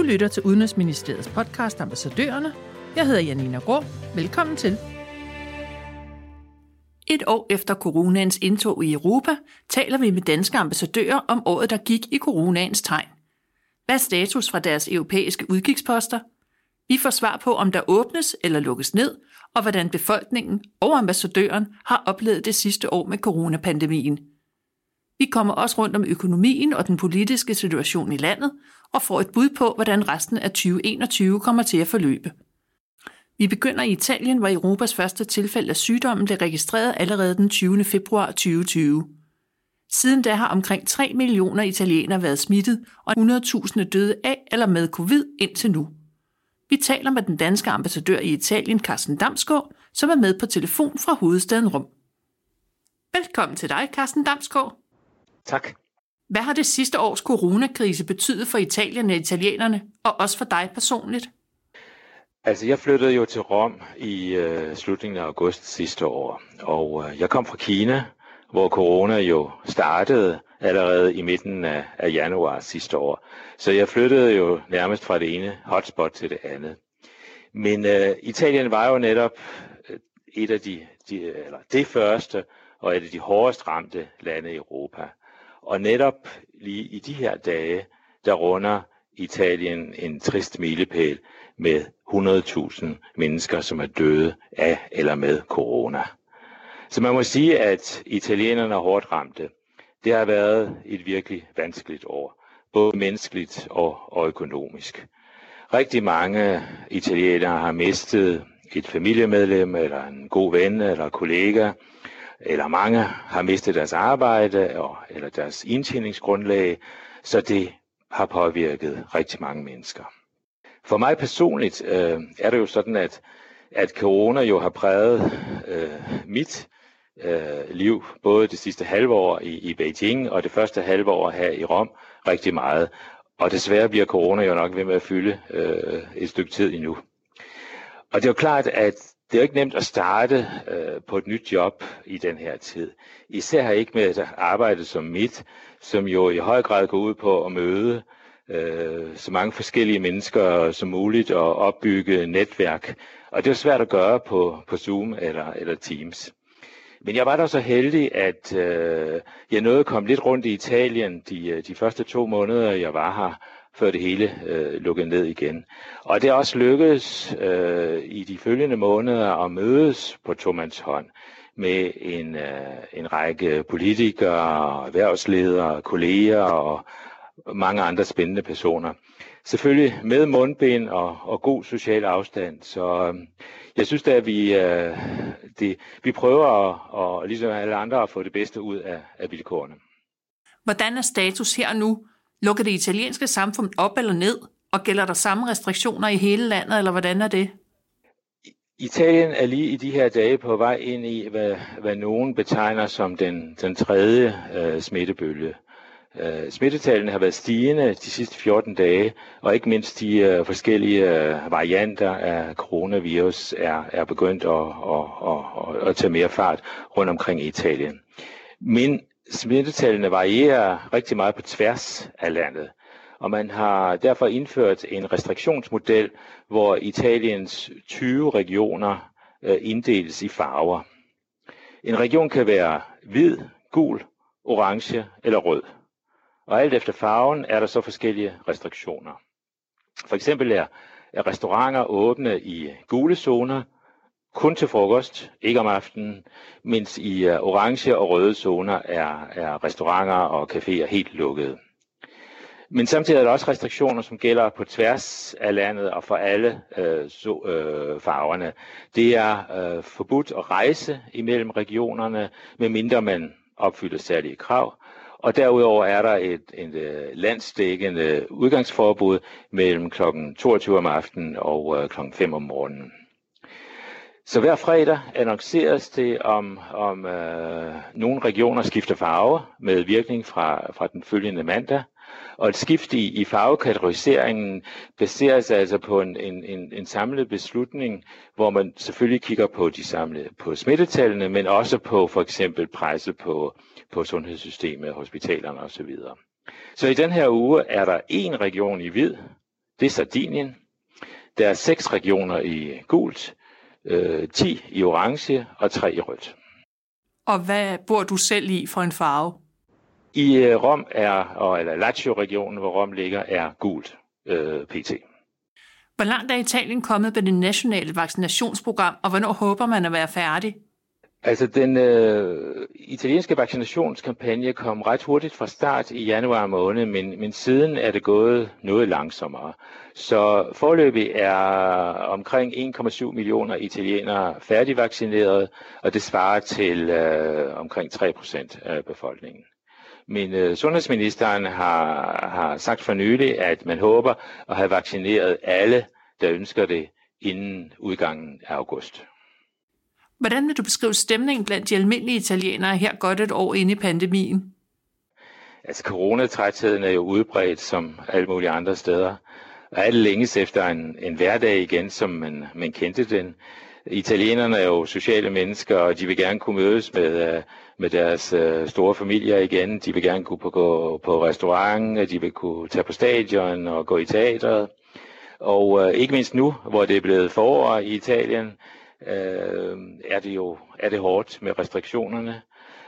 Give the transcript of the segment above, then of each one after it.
lytter til Udenrigsministeriets podcast Ambassadørerne. Jeg hedder Janina Grå. Velkommen til. Et år efter coronaens indtog i Europa, taler vi med danske ambassadører om året, der gik i coronaens tegn. Hvad er status fra deres europæiske udkigsposter? Vi får svar på, om der åbnes eller lukkes ned, og hvordan befolkningen og ambassadøren har oplevet det sidste år med coronapandemien. Vi kommer også rundt om økonomien og den politiske situation i landet, og får et bud på, hvordan resten af 2021 kommer til at forløbe. Vi begynder i Italien, hvor Europas første tilfælde af sygdommen blev registreret allerede den 20. februar 2020. Siden da har omkring 3 millioner italienere været smittet, og 100.000 døde af eller med covid indtil nu. Vi taler med den danske ambassadør i Italien, Carsten Damsgaard, som er med på telefon fra hovedstaden Rom. Velkommen til dig, Carsten Damsgaard. Tak. Hvad har det sidste års coronakrise betydet for Italien og italienerne, og også for dig personligt? Altså, jeg flyttede jo til Rom i slutningen af august sidste år, og jeg kom fra Kina, hvor corona jo startede allerede i midten af januar sidste år. Så jeg flyttede jo nærmest fra det ene hotspot til det andet. Men Italien var jo netop et af det første og et af de hårdest ramte lande i Europa. Og netop lige i de her dage, der runder Italien en trist milepæl med 100.000 mennesker, som er døde af eller med corona. Så man må sige, at italienerne er hårdt ramte. Det har været et virkelig vanskeligt år, både menneskeligt og økonomisk. Rigtig mange italienere har mistet et familiemedlem, eller en god ven, eller kollega, eller mange har mistet deres arbejde, eller deres indtjeningsgrundlag, så det har påvirket rigtig mange mennesker. For mig personligt er det jo sådan, at corona jo har præget mit liv, både det sidste halve år i Beijing og det første halve år her i Rom, rigtig meget. Og desværre bliver corona jo nok ved med at fylde et stykke tid endnu. Og det er jo klart, at det er jo ikke nemt at starte på et nyt job i den her tid. Især ikke med et arbejde som mit, som jo i høj grad går ud på at møde så mange forskellige mennesker som muligt og opbygge netværk. Og det er svært at gøre på Zoom eller Teams. Men jeg var da så heldig, at jeg nåede at komme lidt rundt i Italien de første 2 måneder, jeg var her, før det hele lukkede ned igen. Og det er også lykkedes i de følgende måneder at mødes på tomandshånd med en række politikere, erhvervsledere, kolleger og mange andre spændende personer. Selvfølgelig med mundbind og god social afstand. Så jeg synes da, at vi prøver at, ligesom alle andre at få det bedste ud af vilkårene. Hvordan er status her nu? Lukker det italienske samfund op eller ned? Og gælder der samme restriktioner i hele landet, eller hvordan er det? Italien er lige i de her dage på vej ind i, hvad nogen betegner som den tredje smittebølge. Smittetallene har været stigende de sidste 14 dage, og ikke mindst de forskellige varianter af coronavirus er begyndt at tage mere fart rundt omkring i Italien. Men smittetallene varierer rigtig meget på tværs af landet, og man har derfor indført en restriktionsmodel, hvor Italiens 20 regioner inddeles i farver. En region kan være hvid, gul, orange eller rød. Og alt efter farven er der så forskellige restriktioner. For eksempel er restauranter åbne i gule zoner, kun til frokost, ikke om aftenen, mens i orange og røde zoner er restauranter og caféer helt lukkede. Men samtidig er der også restriktioner, som gælder på tværs af landet og for alle farverne. Det er forbudt at rejse imellem regionerne, medmindre man opfylder særlige krav. Og derudover er der et landsdækkende udgangsforbud mellem kl. 22 om aftenen og kl. 5 om morgenen. Så hver fredag annonceres det om nogle regioner skifter farve med virkning fra den følgende mandag. Og et skift i farvekategoriseringen baserer sig altså på en samlet beslutning, hvor man selvfølgelig kigger på smittetallene, men også på for eksempel presset på sundhedssystemet, hospitalerne osv. Så i den her uge er der en region i hvid, Det er Sardinien. Der er 6 regioner i gult, 10 i orange og 3 i rødt. Og hvad bor du selv i for en farve? I Rom eller Lazio-regionen, hvor Rom ligger, er gult pt. Hvor langt er Italien kommet med det nationale vaccinationsprogram, og hvornår håber man at være færdig? Altså, den italienske vaccinationskampagne kom ret hurtigt fra start i januar måned, men siden er det gået noget langsommere. Så foreløbig er omkring 1,7 millioner italienere færdigvaccineret, og det svarer til omkring 3% af befolkningen. Men sundhedsministeren har sagt for nylig, at man håber at have vaccineret alle, der ønsker det, inden udgangen af august. Hvordan vil du beskrive stemningen blandt de almindelige italienere her godt et år inde i pandemien? Altså, coronatrætheden er jo udbredt som alle mulige andre steder. Og alle længes efter en hverdag igen, som man kendte den. Italienerne er jo sociale mennesker, og de vil gerne kunne mødes med deres store familier igen. De vil gerne kunne gå på restaurant, de vil kunne tage på stadion og gå i teateret. Og ikke mindst nu, hvor det er blevet forår i Italien, er det hårdt med restriktionerne.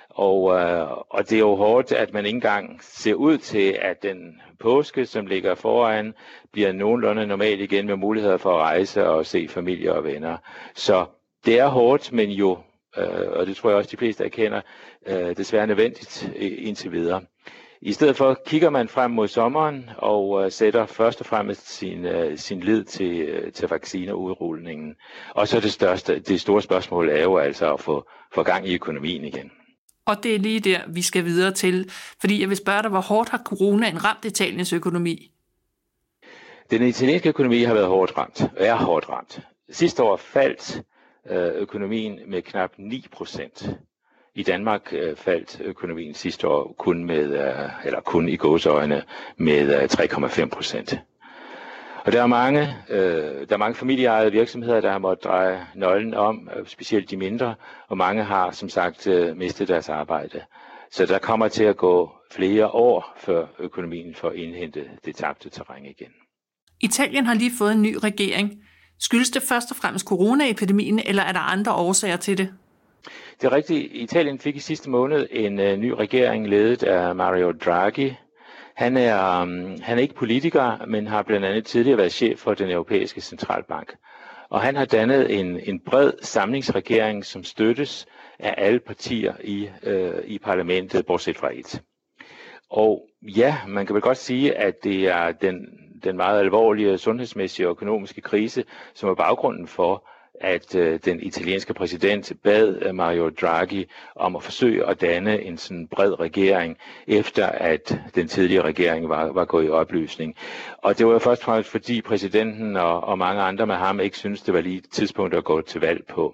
Og det er jo hårdt, at man ikke engang ser ud til, at den påske, som ligger foran, bliver nogenlunde normal igen med muligheder for at rejse og se familie og venner. Så det er hårdt, men jo, og det tror jeg også de fleste erkender, desværre nødvendigt indtil videre. I stedet for kigger man frem mod sommeren og sætter først og fremmest sin lid til vaccineudrulningen. Og så det store spørgsmål er jo altså at få gang i økonomien igen. Og det er lige der, vi skal videre til, fordi jeg vil spørge dig, hvor hårdt har coronaen ramt Italiens økonomi? Den italienske økonomi har været hårdt ramt, og er hårdt ramt. Sidste år faldt økonomien med knap 9%. I Danmark faldt økonomien sidste år kun i gåseøjne med 3,5%. Og der er mange familieejede virksomheder, der har måttet dreje nøglen om, specielt de mindre, og mange har som sagt mistet deres arbejde. Så der kommer til at gå flere år, før økonomien får indhentet det tabte terræn igen. Italien har lige fået en ny regering. Skyldes det først og fremmest coronaepidemien, eller er der andre årsager til det? Det er rigtigt. Italien fik i sidste måned en ny regering ledet af Mario Draghi. Han er ikke politiker, men har blandt andet tidligere været chef for den europæiske centralbank. Og han har dannet en bred samlingsregering, som støttes af alle partier i parlamentet, bortset fra et. Og ja, man kan vel godt sige, at det er den meget alvorlige sundhedsmæssige og økonomiske krise, som er baggrunden for, at den italienske præsident bad Mario Draghi om at forsøge at danne en sådan bred regering, efter at den tidligere regering var gået i opløsning. Og det var jo først og fremmest fordi præsidenten og mange andre med ham ikke syntes, det var lige et tidspunkt at gå til valg på.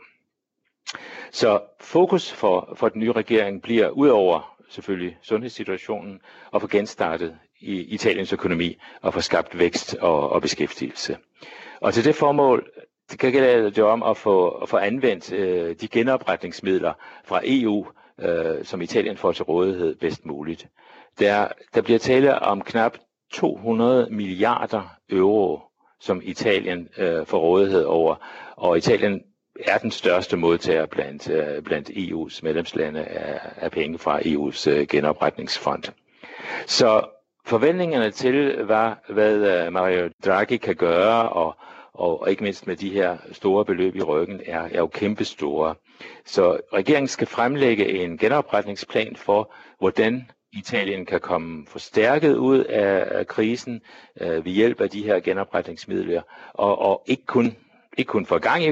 Så fokus for den nye regering bliver udover selvfølgelig sundhedssituationen og få genstartet i Italiens økonomi og få skabt vækst og beskæftigelse. Og til det formål det kan gælde det om at få anvendt de genopretningsmidler fra EU, som Italien får til rådighed bedst muligt. Der bliver tale om knap 200 milliarder euro, som Italien får rådighed over, og Italien er den største modtager blandt EU's medlemslande af penge fra EU's genopretningsfond. Så forventningerne til, hvad Mario Draghi kan gøre, og ikke mindst med de her store beløb i ryggen, er jo kæmpe store. Så regeringen skal fremlægge en genopretningsplan for, hvordan Italien kan komme forstærket ud af krisen ved hjælp af de her genopretningsmidler, og ikke kun få gang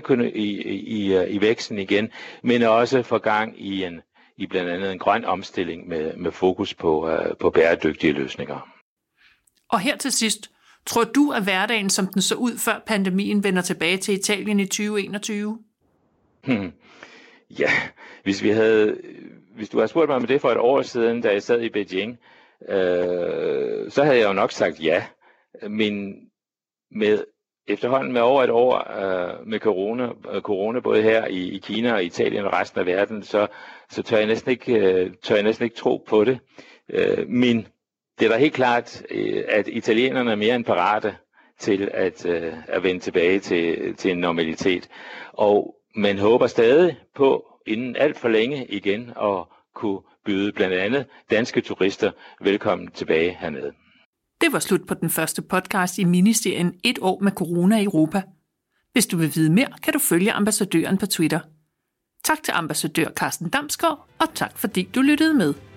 i væksten igen, men også få gang i blandt andet en grøn omstilling med fokus på bæredygtige løsninger. Og her til sidst, tror du, at hverdagen, som den så ud før pandemien, vender tilbage til Italien i 2021? Ja, hvis du havde spurgt mig om det for et år siden, da jeg sad i Beijing, så havde jeg jo nok sagt ja. Men efterhånden med over et år med corona både her i Kina og Italien og resten af verden, så tør jeg næsten ikke tro på det. Men det er da helt klart, at italienerne er mere end parate til at vende tilbage til en normalitet. Og man håber stadig på, inden alt for længe igen, at kunne byde blandt andet danske turister velkommen tilbage hernede. Det var slut på den første podcast i ministerien 1 år med corona i Europa. Hvis du vil vide mere, kan du følge ambassadøren på Twitter. Tak til ambassadør Carsten Damsgaard, og tak fordi du lyttede med.